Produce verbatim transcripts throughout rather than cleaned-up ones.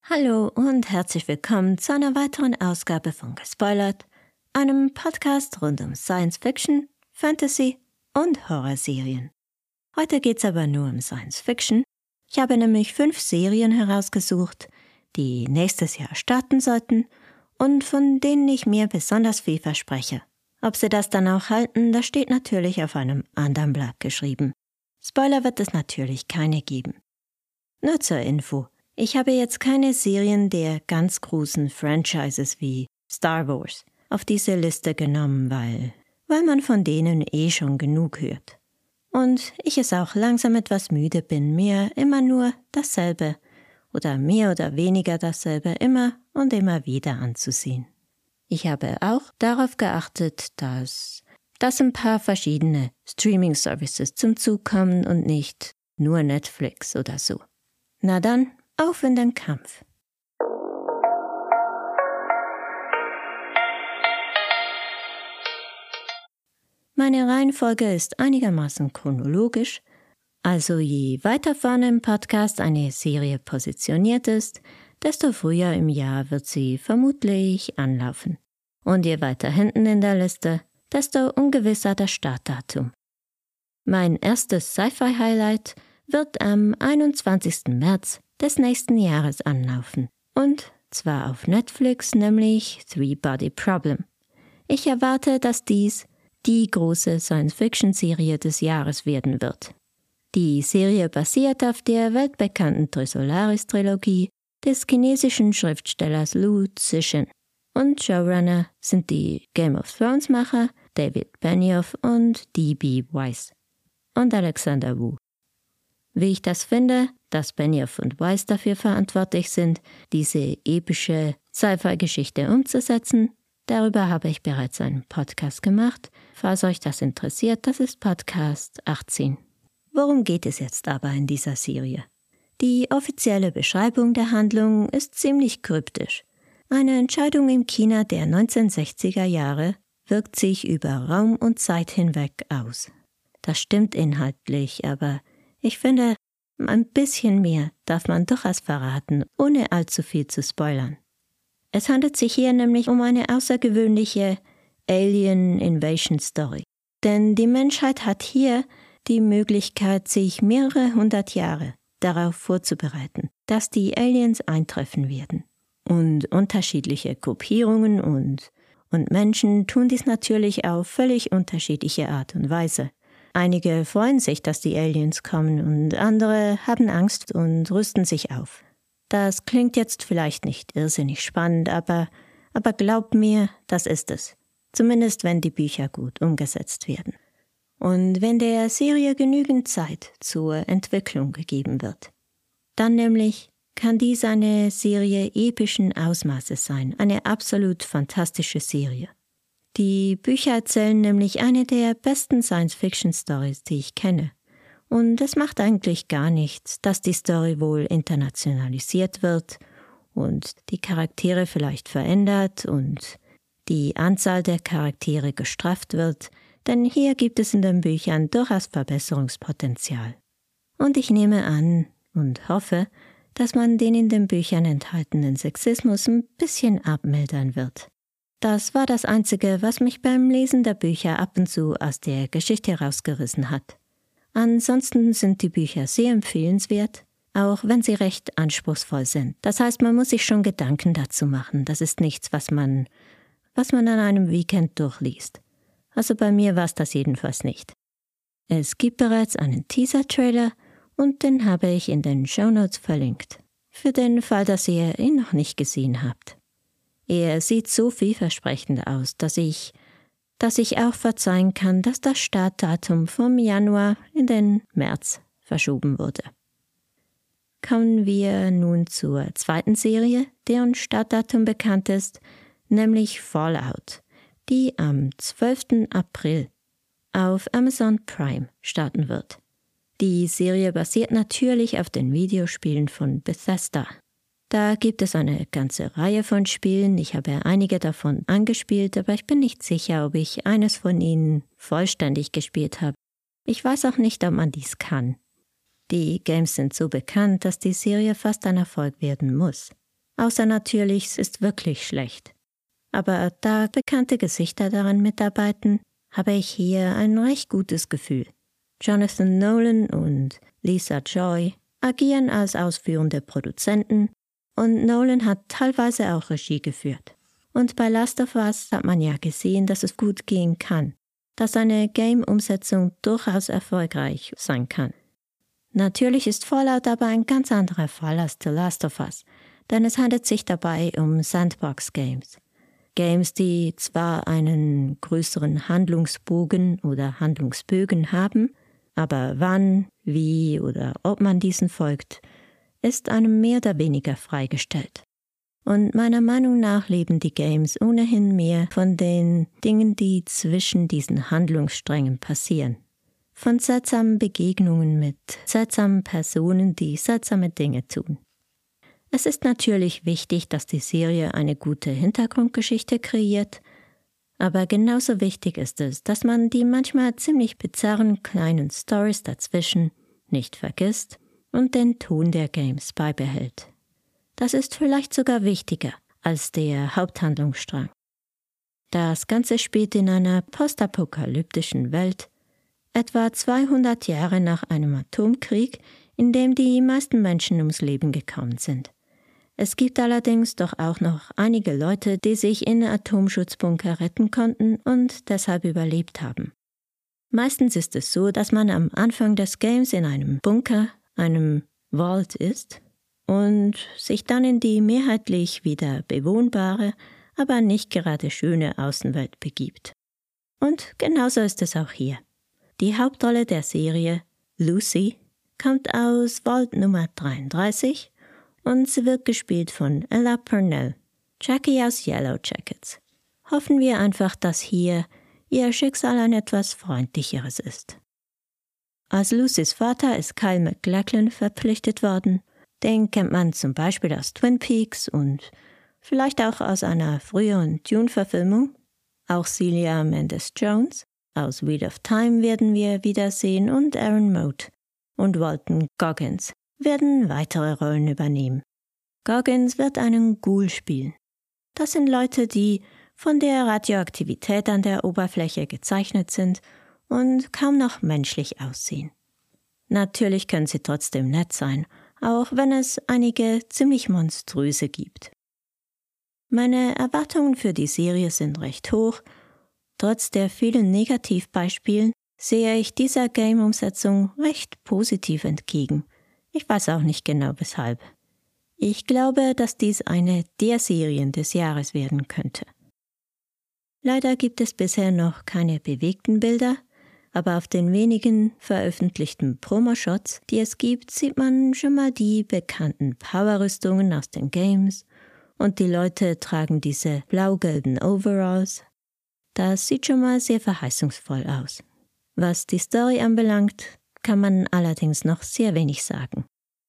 Hallo und herzlich willkommen zu einer weiteren Ausgabe von Gespoilert, einem Podcast rund um Science Fiction, Fantasy und Horrorserien. Heute geht's aber nur um Science Fiction. Ich habe nämlich fünf Serien herausgesucht, die nächstes Jahr starten sollten und von denen ich mir besonders viel verspreche. Ob sie das dann auch halten, das steht natürlich auf einem anderen Blatt geschrieben. Spoiler wird es natürlich keine geben. Nur zur Info. Ich habe jetzt keine Serien der ganz großen Franchises wie Star Wars auf diese Liste genommen, weil, weil man von denen eh schon genug hört. Und ich es auch langsam etwas müde bin, mir immer nur dasselbe oder mehr oder weniger dasselbe immer und immer wieder anzusehen. Ich habe auch darauf geachtet, dass, dass ein paar verschiedene Streaming-Services zum Zug kommen und nicht nur Netflix oder so. Na dann, auf in den Kampf. Meine Reihenfolge ist einigermaßen chronologisch, also je weiter vorne im Podcast eine Serie positioniert ist, desto früher im Jahr wird sie vermutlich anlaufen. Und je weiter hinten in der Liste, desto ungewisser das Startdatum. Mein erstes Sci-Fi-Highlight wird am einundzwanzigsten März des nächsten Jahres anlaufen. Und zwar auf Netflix, nämlich Three-Body Problem. Ich erwarte, dass dies die große Science-Fiction-Serie des Jahres werden wird. Die Serie basiert auf der weltbekannten Trisolaris-Trilogie des chinesischen Schriftstellers Liu Cixin. Und Showrunner sind die Game of Thrones-Macher David Benioff und D B Weiss und Alexander Wu. Wie ich das finde, dass Benioff und Weiss dafür verantwortlich sind, diese epische Sci-Fi-Geschichte umzusetzen, darüber habe ich bereits einen Podcast gemacht. Falls euch das interessiert, das ist Podcast achtzehn. Worum geht es jetzt aber in dieser Serie? Die offizielle Beschreibung der Handlung ist ziemlich kryptisch. Eine Entscheidung in China der neunzehnhundertsechziger Jahre wirkt sich über Raum und Zeit hinweg aus. Das stimmt inhaltlich, aber ich finde, ein bisschen mehr darf man durchaus verraten, ohne allzu viel zu spoilern. Es handelt sich hier nämlich um eine außergewöhnliche Alien-Invasion-Story. Denn die Menschheit hat hier die Möglichkeit, sich mehrere hundert Jahre darauf vorzubereiten, dass die Aliens eintreffen werden. Und unterschiedliche Gruppierungen und, und Menschen tun dies natürlich auf völlig unterschiedliche Art und Weise. Einige freuen sich, dass die Aliens kommen und andere haben Angst und rüsten sich auf. Das klingt jetzt vielleicht nicht irrsinnig spannend, aber, aber glaubt mir, das ist es. Zumindest wenn die Bücher gut umgesetzt werden. Und wenn der Serie genügend Zeit zur Entwicklung gegeben wird. Dann nämlich kann dies eine Serie epischen Ausmaßes sein, eine absolut fantastische Serie. Die Bücher erzählen nämlich eine der besten Science-Fiction-Stories, die ich kenne. Und es macht eigentlich gar nichts, dass die Story wohl internationalisiert wird und die Charaktere vielleicht verändert und die Anzahl der Charaktere gestrafft wird, denn hier gibt es in den Büchern durchaus Verbesserungspotenzial. Und ich nehme an und hoffe, dass man den in den Büchern enthaltenen Sexismus ein bisschen abmildern wird. Das war das Einzige, was mich beim Lesen der Bücher ab und zu aus der Geschichte rausgerissen hat. Ansonsten sind die Bücher sehr empfehlenswert, auch wenn sie recht anspruchsvoll sind. Das heißt, man muss sich schon Gedanken dazu machen. Das ist nichts, was man, was man an einem Weekend durchliest. Also bei mir war es das jedenfalls nicht. Es gibt bereits einen Teaser-Trailer und den habe ich in den Shownotes verlinkt. Für den Fall, dass ihr ihn noch nicht gesehen habt. Er sieht so vielversprechend aus, dass ich, dass ich auch verzeihen kann, dass das Startdatum vom Januar in den März verschoben wurde. Kommen wir nun zur zweiten Serie, deren Startdatum bekannt ist, nämlich Fallout, die am zwölften April auf Amazon Prime starten wird. Die Serie basiert natürlich auf den Videospielen von Bethesda. Da gibt es eine ganze Reihe von Spielen. Ich habe einige davon angespielt, aber ich bin nicht sicher, ob ich eines von ihnen vollständig gespielt habe. Ich weiß auch nicht, ob man dies kann. Die Games sind so bekannt, dass die Serie fast ein Erfolg werden muss. Außer natürlich, es ist wirklich schlecht. Aber da bekannte Gesichter daran mitarbeiten, habe ich hier ein recht gutes Gefühl. Jonathan Nolan und Lisa Joy agieren als ausführende Produzenten und Nolan hat teilweise auch Regie geführt. Und bei Last of Us hat man ja gesehen, dass es gut gehen kann, dass eine Game-Umsetzung durchaus erfolgreich sein kann. Natürlich ist Fallout aber ein ganz anderer Fall als The Last of Us, denn es handelt sich dabei um Sandbox-Games. Games, die zwar einen größeren Handlungsbogen oder Handlungsbögen haben, aber wann, wie oder ob man diesen folgt, ist einem mehr oder weniger freigestellt. Und meiner Meinung nach leben die Games ohnehin mehr von den Dingen, die zwischen diesen Handlungssträngen passieren. Von seltsamen Begegnungen mit seltsamen Personen, die seltsame Dinge tun. Es ist natürlich wichtig, dass die Serie eine gute Hintergrundgeschichte kreiert, aber genauso wichtig ist es, dass man die manchmal ziemlich bizarren kleinen Storys dazwischen nicht vergisst und den Ton der Games beibehält. Das ist vielleicht sogar wichtiger als der Haupthandlungsstrang. Das Ganze spielt in einer postapokalyptischen Welt, etwa zweihundert Jahre nach einem Atomkrieg, in dem die meisten Menschen ums Leben gekommen sind. Es gibt allerdings doch auch noch einige Leute, die sich in Atomschutzbunker retten konnten und deshalb überlebt haben. Meistens ist es so, dass man am Anfang des Games in einem Bunker, einem Vault ist und sich dann in die mehrheitlich wieder bewohnbare, aber nicht gerade schöne Außenwelt begibt. Und genauso ist es auch hier. Die Hauptrolle der Serie, Lucy, kommt aus Vault Nummer dreiunddreißig und sie wird gespielt von Ella Purnell, Jackie aus Yellow Jackets. Hoffen wir einfach, dass hier ihr Schicksal ein etwas freundlicheres ist. Als Lucys Vater ist Kyle MacLachlan verpflichtet worden. Den kennt man zum Beispiel aus Twin Peaks und vielleicht auch aus einer früheren Dune-Verfilmung. Auch Celia Mendes-Jones aus Wheel of Time werden wir wiedersehen und Aaron Mote und Walton Goggins werden weitere Rollen übernehmen. Goggins wird einen Ghoul spielen. Das sind Leute, die von der Radioaktivität an der Oberfläche gezeichnet sind und kaum noch menschlich aussehen. Natürlich können sie trotzdem nett sein, auch wenn es einige ziemlich monströse gibt. Meine Erwartungen für die Serie sind recht hoch. Trotz der vielen Negativbeispielen sehe ich dieser Game-Umsetzung recht positiv entgegen. Ich weiß auch nicht genau weshalb. Ich glaube, dass dies eine der Serien des Jahres werden könnte. Leider gibt es bisher noch keine bewegten Bilder, aber auf den wenigen veröffentlichten Promoshots, die es gibt, sieht man schon mal die bekannten Powerrüstungen aus den Games und die Leute tragen diese blau-gelben Overalls. Das sieht schon mal sehr verheißungsvoll aus. Was die Story anbelangt, kann man allerdings noch sehr wenig sagen.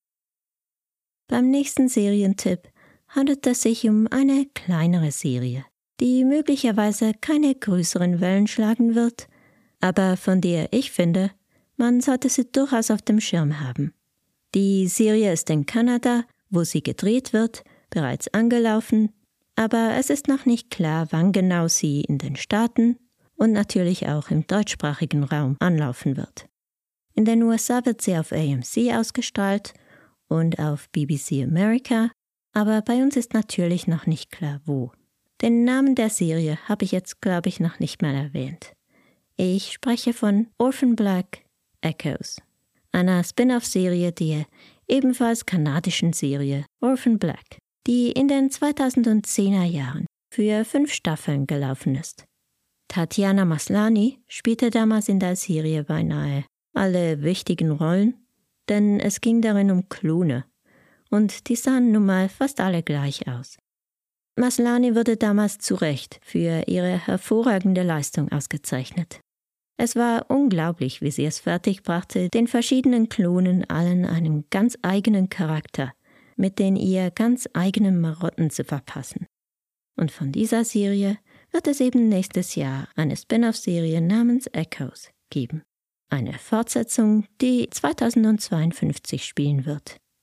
Beim nächsten Serientipp handelt es sich um eine kleinere Serie, die möglicherweise keine größeren Wellen schlagen wird, aber von der ich finde, man sollte sie durchaus auf dem Schirm haben. Die Serie ist in Kanada, wo sie gedreht wird, bereits angelaufen, aber es ist noch nicht klar, wann genau sie in den Staaten und natürlich auch im deutschsprachigen Raum anlaufen wird. In den U S A wird sie auf A M C ausgestrahlt und auf B B C America, aber bei uns ist natürlich noch nicht klar, wo. Den Namen der Serie habe ich jetzt, glaube ich, noch nicht mal erwähnt. Ich spreche von Orphan Black Echoes, einer Spin-off-Serie der ebenfalls kanadischen Serie Orphan Black, die in den zweitausendzehner Jahren für fünf Staffeln gelaufen ist. Tatiana Maslany spielte damals in der Serie beinahe alle wichtigen Rollen, denn es ging darin um Klone und die sahen nun mal fast alle gleich aus. Maslany wurde damals zu Recht für ihre hervorragende Leistung ausgezeichnet. Es war unglaublich, wie sie es fertigbrachte, den verschiedenen Klonen allen einen ganz eigenen Charakter mit den ihr ganz eigenen Marotten zu verpassen. Und von dieser Serie wird es eben nächstes Jahr eine Spin-off-Serie namens Echoes geben. Eine Fortsetzung, die zweitausendzweiundfünfzig spielen wird.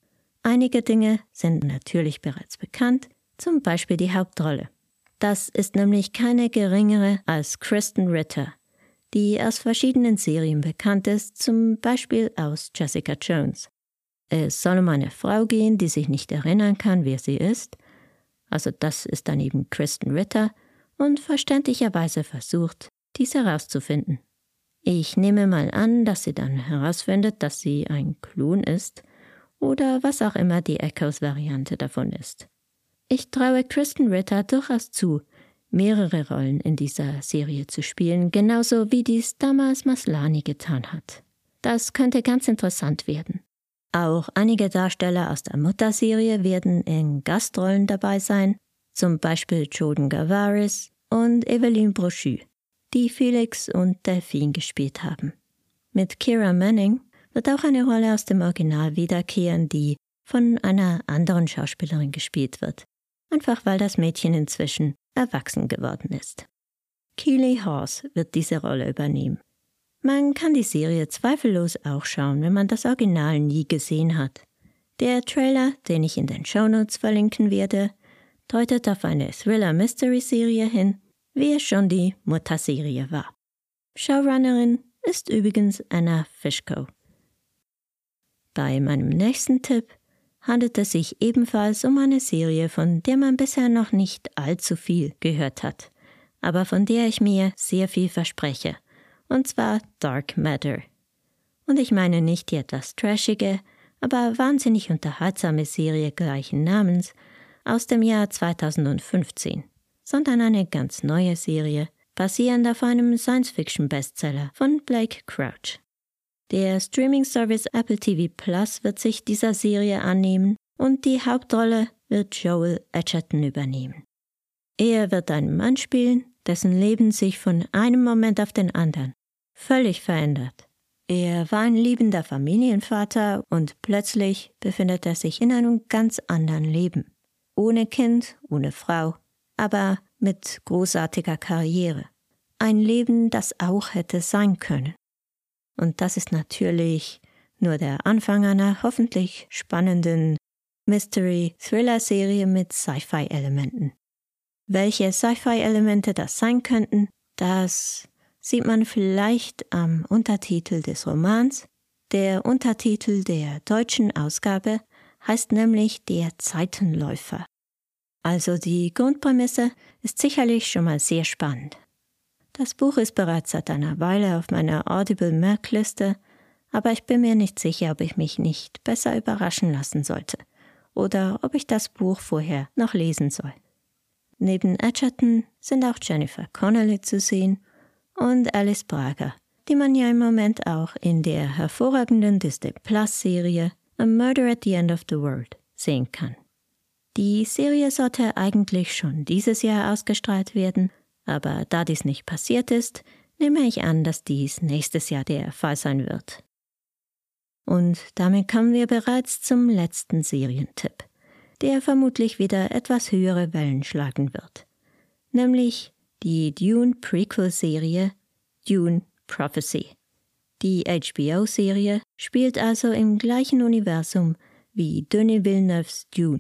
Einige Dinge sind natürlich bereits bekannt, zum Beispiel die Hauptrolle. Das ist nämlich keine geringere als Krysten Ritter, die aus verschiedenen Serien bekannt ist, zum Beispiel aus Jessica Jones. Es soll um eine Frau gehen, die sich nicht erinnern kann, wer sie ist. Also das ist dann eben Krysten Ritter und verständlicherweise versucht, dies herauszufinden. Ich nehme mal an, dass sie dann herausfindet, dass sie ein Klon ist oder was auch immer die Echoes-Variante davon ist. Ich traue Krysten Ritter durchaus zu, mehrere Rollen in dieser Serie zu spielen, genauso wie dies damals Maslany getan hat. Das könnte ganz interessant werden. Auch einige Darsteller aus der Mutterserie werden in Gastrollen dabei sein, zum Beispiel Jordan Gavaris und Evelyn Brochu, die Felix und Delphine gespielt haben. Mit Keira Manning wird auch eine Rolle aus dem Original wiederkehren, die von einer anderen Schauspielerin gespielt wird, einfach weil das Mädchen inzwischen erwachsen geworden ist. Keeley Hawes wird diese Rolle übernehmen. Man kann die Serie zweifellos auch schauen, wenn man das Original nie gesehen hat. Der Trailer, den ich in den Shownotes verlinken werde, deutet auf eine Thriller-Mystery-Serie hin, wie es schon die Mutterserie war. Showrunnerin ist übrigens Anna Fishko. Bei meinem nächsten Tipp handelt es sich ebenfalls um eine Serie, von der man bisher noch nicht allzu viel gehört hat, aber von der ich mir sehr viel verspreche. Und zwar Dark Matter. Und ich meine nicht die etwas trashige, aber wahnsinnig unterhaltsame Serie gleichen Namens aus dem Jahr zweitausendfünfzehn, sondern eine ganz neue Serie, basierend auf einem Science-Fiction-Bestseller von Blake Crouch. Der Streaming-Service Apple T V Plus wird sich dieser Serie annehmen und die Hauptrolle wird Joel Edgerton übernehmen. Er wird einen Mann spielen, dessen Leben sich von einem Moment auf den anderen völlig verändert. Er war ein liebender Familienvater und plötzlich befindet er sich in einem ganz anderen Leben. Ohne Kind, ohne Frau, aber mit großartiger Karriere. Ein Leben, das auch hätte sein können. Und das ist natürlich nur der Anfang einer hoffentlich spannenden Mystery-Thriller-Serie mit Sci-Fi-Elementen. Welche Sci-Fi-Elemente das sein könnten, das sieht man vielleicht am Untertitel des Romans. Der Untertitel der deutschen Ausgabe heißt nämlich Der Zeitenläufer. Also die Grundprämisse ist sicherlich schon mal sehr spannend. Das Buch ist bereits seit einer Weile auf meiner Audible-Merkliste, aber ich bin mir nicht sicher, ob ich mich nicht besser überraschen lassen sollte oder ob ich das Buch vorher noch lesen soll. Neben Edgerton sind auch Jennifer Connelly zu sehen und Alice Braga, die man ja im Moment auch in der hervorragenden Disney Plus Serie A Murder at the End of the World sehen kann. Die Serie sollte eigentlich schon dieses Jahr ausgestrahlt werden, aber da dies nicht passiert ist, nehme ich an, dass dies nächstes Jahr der Fall sein wird. Und damit kommen wir bereits zum letzten Serientipp, der vermutlich wieder etwas höhere Wellen schlagen wird, nämlich die Dune-Prequel-Serie Dune Prophecy. Die H B O-Serie spielt also im gleichen Universum wie Denis Villeneuves Dune.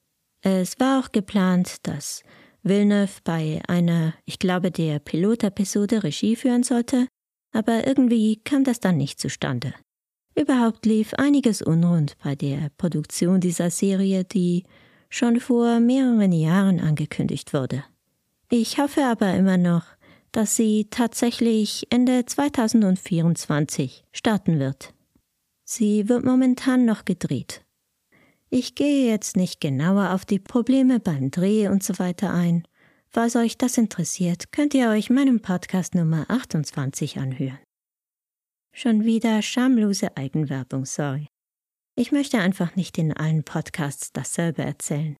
Es war auch geplant, dass Villeneuve bei einer, ich glaube der Pilotepisode Regie führen sollte, aber irgendwie kam das dann nicht zustande. Überhaupt lief einiges unrund bei der Produktion dieser Serie, die schon vor mehreren Jahren angekündigt wurde. Ich hoffe aber immer noch, dass sie tatsächlich Ende zweitausendvierundzwanzig starten wird. Sie wird momentan noch gedreht. Ich gehe jetzt nicht genauer auf die Probleme beim Dreh und so weiter ein. Falls euch das interessiert, könnt ihr euch meinen Podcast Nummer achtundzwanzig anhören. Schon wieder schamlose Eigenwerbung, sorry. Ich möchte einfach nicht in allen Podcasts dasselbe erzählen.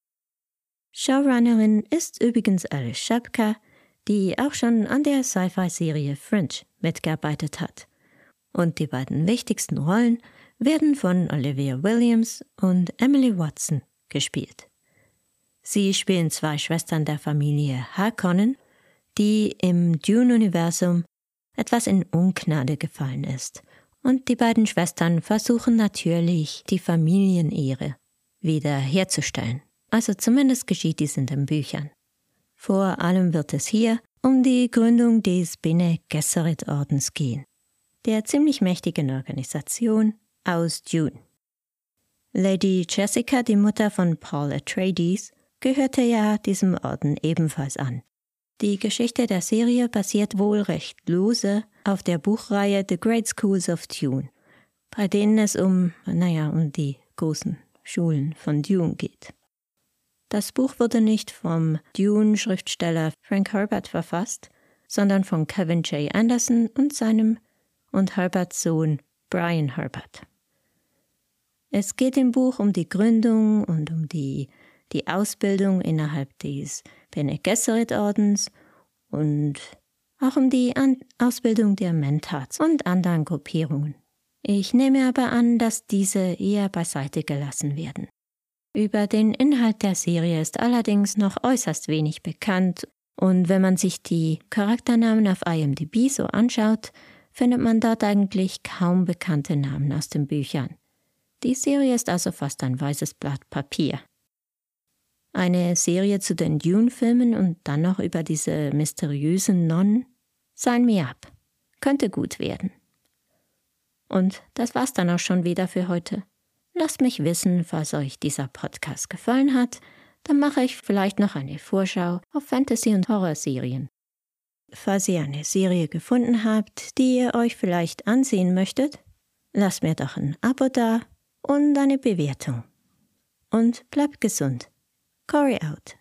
Showrunnerin ist übrigens Alice Shapka, die auch schon an der Sci-Fi-Serie Fringe mitgearbeitet hat. Und die beiden wichtigsten Rollen werden von Olivia Williams und Emily Watson gespielt. Sie spielen zwei Schwestern der Familie Harkonnen, die im Dune-Universum etwas in Ungnade gefallen ist Und die beiden Schwestern versuchen natürlich, die Familienehre wiederherzustellen. Also zumindest geschieht dies in den Büchern. Vor allem wird es hier um die Gründung des Bene Gesserit Ordens gehen, der ziemlich mächtigen Organisation aus Dune. Lady Jessica, die Mutter von Paul Atreides, gehörte ja diesem Orden ebenfalls an. Die Geschichte der Serie basiert wohl recht lose auf der Buchreihe The Great Schools of Dune, bei denen es um, naja, um die großen Schulen von Dune geht. Das Buch wurde nicht vom Dune-Schriftsteller Frank Herbert verfasst, sondern von Kevin J. Anderson und seinem und Herberts Sohn Brian Herbert. Es geht im Buch um die Gründung und um die, die Ausbildung innerhalb des Bene Gesserit Ordens und auch um die An- Ausbildung der Mentats und anderen Gruppierungen. Ich nehme aber an, dass diese eher beiseite gelassen werden. Über den Inhalt der Serie ist allerdings noch äußerst wenig bekannt und wenn man sich die Charakternamen auf I M D B so anschaut, findet man dort eigentlich kaum bekannte Namen aus den Büchern. Die Serie ist also fast ein weißes Blatt Papier. Eine Serie zu den Dune-Filmen und dann noch über diese mysteriösen Nonnen? Sign me up. Könnte gut werden. Und das war's dann auch schon wieder für heute. Lasst mich wissen, falls euch dieser Podcast gefallen hat, dann mache ich vielleicht noch eine Vorschau auf Fantasy- und Horrorserien. Falls ihr eine Serie gefunden habt, die ihr euch vielleicht ansehen möchtet, lasst mir doch ein Abo da und eine Bewertung. Und bleibt gesund. Cory out.